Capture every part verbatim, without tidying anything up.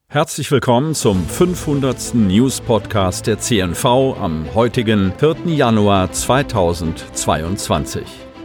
Herzlich willkommen zum fünfhundertsten News-Podcast der C N V am heutigen vierten Januar zweitausendzweiundzwanzig.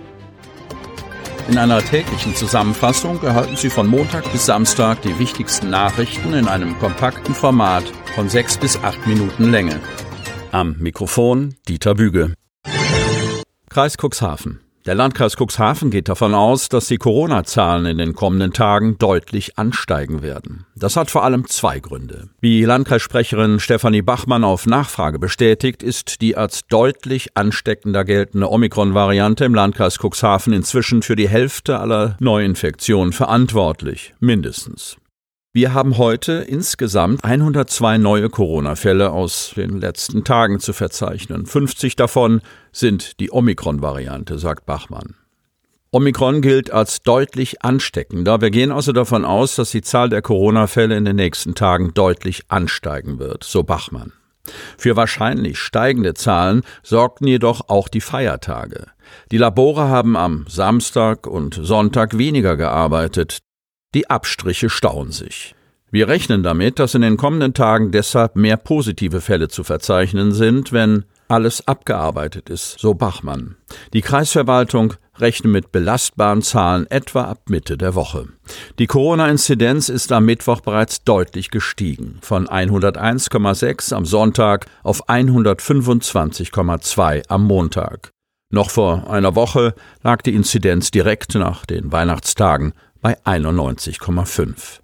In einer täglichen Zusammenfassung erhalten Sie von Montag bis Samstag die wichtigsten Nachrichten in einem kompakten Format von sechs bis acht Minuten Länge. Am Mikrofon Dieter Büge. Kreis Cuxhaven. Der Landkreis Cuxhaven geht davon aus, dass die Corona-Zahlen in den kommenden Tagen deutlich ansteigen werden. Das hat vor allem zwei Gründe. Wie Landkreissprecherin Stefanie Bachmann auf Nachfrage bestätigt, ist die als deutlich ansteckender geltende Omikron-Variante im Landkreis Cuxhaven inzwischen für die Hälfte aller Neuinfektionen verantwortlich, mindestens. Wir haben heute insgesamt hundertzwei neue Corona-Fälle aus den letzten Tagen zu verzeichnen. fünfzig davon sind die Omikron-Variante, sagt Bachmann. Omikron gilt als deutlich ansteckender. Wir gehen also davon aus, dass die Zahl der Corona-Fälle in den nächsten Tagen deutlich ansteigen wird, so Bachmann. Für wahrscheinlich steigende Zahlen sorgten jedoch auch die Feiertage. Die Labore haben am Samstag und Sonntag weniger gearbeitet. Die Abstriche stauen sich. Wir rechnen damit, dass in den kommenden Tagen deshalb mehr positive Fälle zu verzeichnen sind, wenn alles abgearbeitet ist, so Bachmann. Die Kreisverwaltung rechnet mit belastbaren Zahlen etwa ab Mitte der Woche. Die Corona-Inzidenz ist am Mittwoch bereits deutlich gestiegen, von hunderteins Komma sechs am Sonntag auf hundertfünfundzwanzig Komma zwei am Montag. Noch vor einer Woche lag die Inzidenz direkt nach den Weihnachtstagen bei einundneunzig Komma fünf.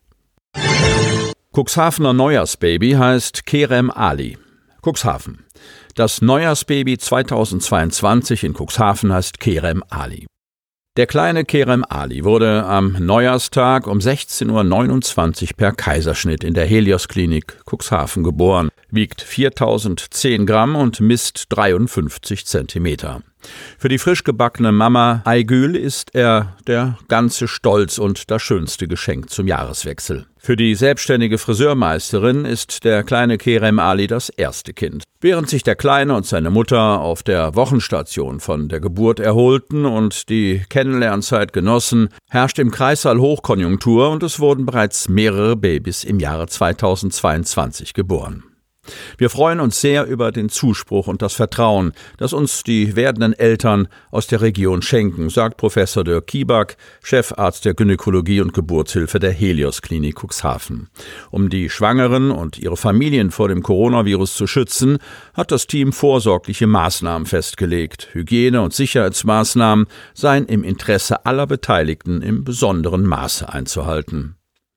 Cuxhavener Neujahrsbaby heißt Kerem Ali. Cuxhaven. Das Neujahrsbaby zweitausendzweiundzwanzig in Cuxhaven heißt Kerem Ali. Der kleine Kerem Ali wurde am Neujahrstag um sechzehn Uhr neunundzwanzig per Kaiserschnitt in der Helios-Klinik Cuxhaven geboren, wiegt viertausendzehn Gramm und misst dreiundfünfzig Zentimeter. Für die frisch gebackene Mama Aygül ist er der ganze Stolz und das schönste Geschenk zum Jahreswechsel. Für die selbstständige Friseurmeisterin ist der kleine Kerem Ali das erste Kind. Während sich der Kleine und seine Mutter auf der Wochenstation von der Geburt erholten und die Kennenlernzeit genossen, herrscht im Kreissaal Hochkonjunktur und es wurden bereits mehrere Babys im Jahre zweitausendzweiundzwanzig geboren. Wir freuen uns sehr über den Zuspruch und das Vertrauen, das uns die werdenden Eltern aus der Region schenken, sagt Professor Dirk Kieback, Chefarzt der Gynäkologie und Geburtshilfe der Helios-Klinik Cuxhaven. Um die Schwangeren und ihre Familien vor dem Coronavirus zu schützen, hat das Team vorsorgliche Maßnahmen festgelegt. Hygiene- und Sicherheitsmaßnahmen seien im Interesse aller Beteiligten im besonderen Maße einzuhalten.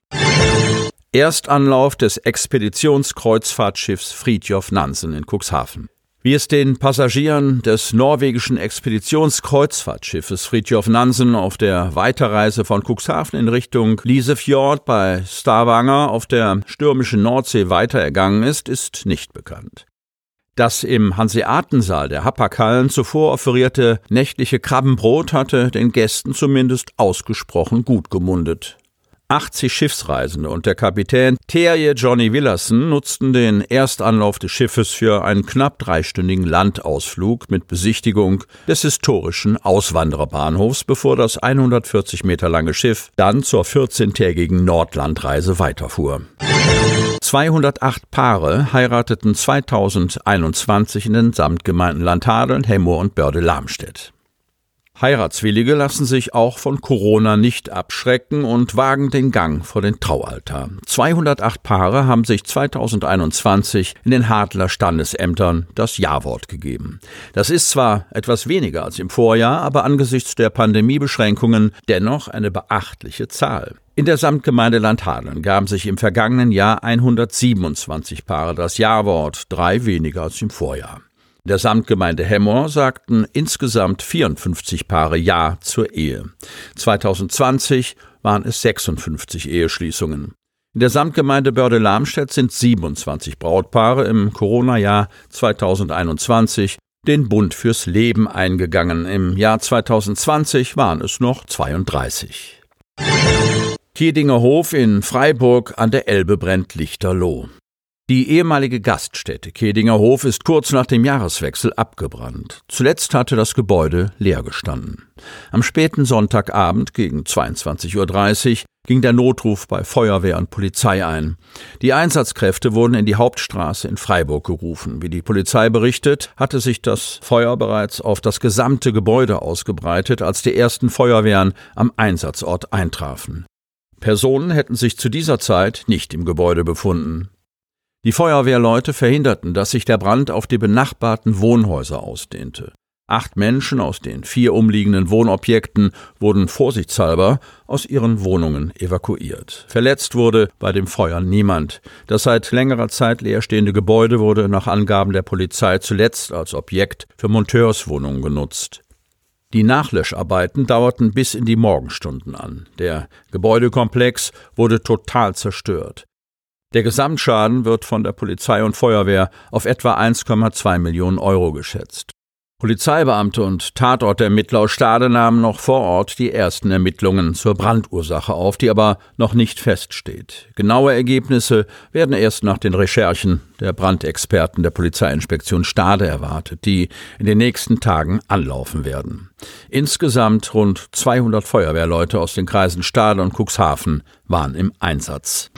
Erstanlauf des Expeditionskreuzfahrtschiffs Fridtjof Nansen in Cuxhaven. Wie es den Passagieren des norwegischen Expeditionskreuzfahrtschiffes Fridtjof Nansen auf der Weiterreise von Cuxhaven in Richtung Lysefjord bei Stavanger auf der stürmischen Nordsee weiterergangen ist, ist nicht bekannt. Das im Hanseatensaal der Hapag-Hallen zuvor offerierte nächtliche Krabbenbrot hatte den Gästen zumindest ausgesprochen gut gemundet. achtzig Schiffsreisende und der Kapitän Terje Johnny Willersen nutzten den Erstanlauf des Schiffes für einen knapp dreistündigen Landausflug mit Besichtigung des historischen Auswandererbahnhofs, bevor das hundertvierzig Meter lange Schiff dann zur vierzehntägigen Nordlandreise weiterfuhr. zweihundertacht Paare heirateten zweitausendeinundzwanzig in den Samtgemeinden Landhadeln, Hemmoor und Börde-Lamstedt. Heiratswillige lassen sich auch von Corona nicht abschrecken und wagen den Gang vor den Traualtar. zweihundertacht Paare haben sich zweitausendeinundzwanzig in den Hadler Standesämtern das Ja-Wort gegeben. Das ist zwar etwas weniger als im Vorjahr, aber angesichts der Pandemiebeschränkungen dennoch eine beachtliche Zahl. In der Samtgemeinde Landhadeln gaben sich im vergangenen Jahr hundertsiebenundzwanzig Paare das Ja-Wort, drei weniger als im Vorjahr. In der Samtgemeinde Hemmoor sagten insgesamt vierundfünfzig Paare Ja zur Ehe. zweitausendzwanzig waren es sechsundfünfzig Eheschließungen. In der Samtgemeinde Börde-Lamstedt sind siebenundzwanzig Brautpaare im Corona-Jahr zweitausendeinundzwanzig den Bund fürs Leben eingegangen. Im Jahr zweitausendzwanzig waren es noch zweiunddreißig. Kiedinger Hof in Freiburg an der Elbe brennt lichterloh. Die ehemalige Gaststätte Kehdinger Hof ist kurz nach dem Jahreswechsel abgebrannt. Zuletzt hatte das Gebäude leer gestanden. Am späten Sonntagabend gegen zweiundzwanzig Uhr dreißig ging der Notruf bei Feuerwehr und Polizei ein. Die Einsatzkräfte wurden in die Hauptstraße in Freiburg gerufen. Wie die Polizei berichtet, hatte sich das Feuer bereits auf das gesamte Gebäude ausgebreitet, als die ersten Feuerwehren am Einsatzort eintrafen. Personen hätten sich zu dieser Zeit nicht im Gebäude befunden. Die Feuerwehrleute verhinderten, dass sich der Brand auf die benachbarten Wohnhäuser ausdehnte. Acht Menschen aus den vier umliegenden Wohnobjekten wurden vorsichtshalber aus ihren Wohnungen evakuiert. Verletzt wurde bei dem Feuer niemand. Das seit längerer Zeit leerstehende Gebäude wurde nach Angaben der Polizei zuletzt als Objekt für Monteurswohnungen genutzt. Die Nachlöscharbeiten dauerten bis in die Morgenstunden an. Der Gebäudekomplex wurde total zerstört. Der Gesamtschaden wird von der Polizei und Feuerwehr auf etwa eins Komma zwei Millionen Euro geschätzt. Polizeibeamte und Tatortermittler aus Stade nahmen noch vor Ort die ersten Ermittlungen zur Brandursache auf, die aber noch nicht feststeht. Genaue Ergebnisse werden erst nach den Recherchen der Brandexperten der Polizeiinspektion Stade erwartet, die in den nächsten Tagen anlaufen werden. Insgesamt rund zweihundert Feuerwehrleute aus den Kreisen Stade und Cuxhaven waren im Einsatz.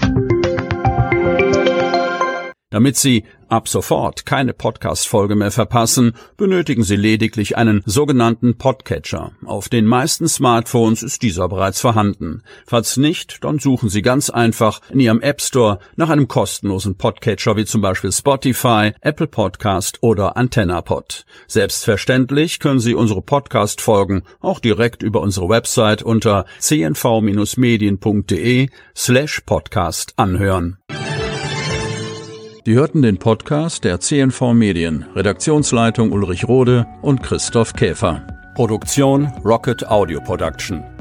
Damit Sie ab sofort keine Podcast-Folge mehr verpassen, benötigen Sie lediglich einen sogenannten Podcatcher. Auf den meisten Smartphones ist dieser bereits vorhanden. Falls nicht, dann suchen Sie ganz einfach in Ihrem App Store nach einem kostenlosen Podcatcher wie zum Beispiel Spotify, Apple Podcast oder AntennaPod. Selbstverständlich können Sie unsere Podcast-Folgen auch direkt über unsere Website unter c n v Bindestrich medien punkt d e slash podcast anhören. Sie hörten den Podcast der C N V Medien, Redaktionsleitung Ulrich Rode und Christoph Käfer. Produktion Rocket Audio Production.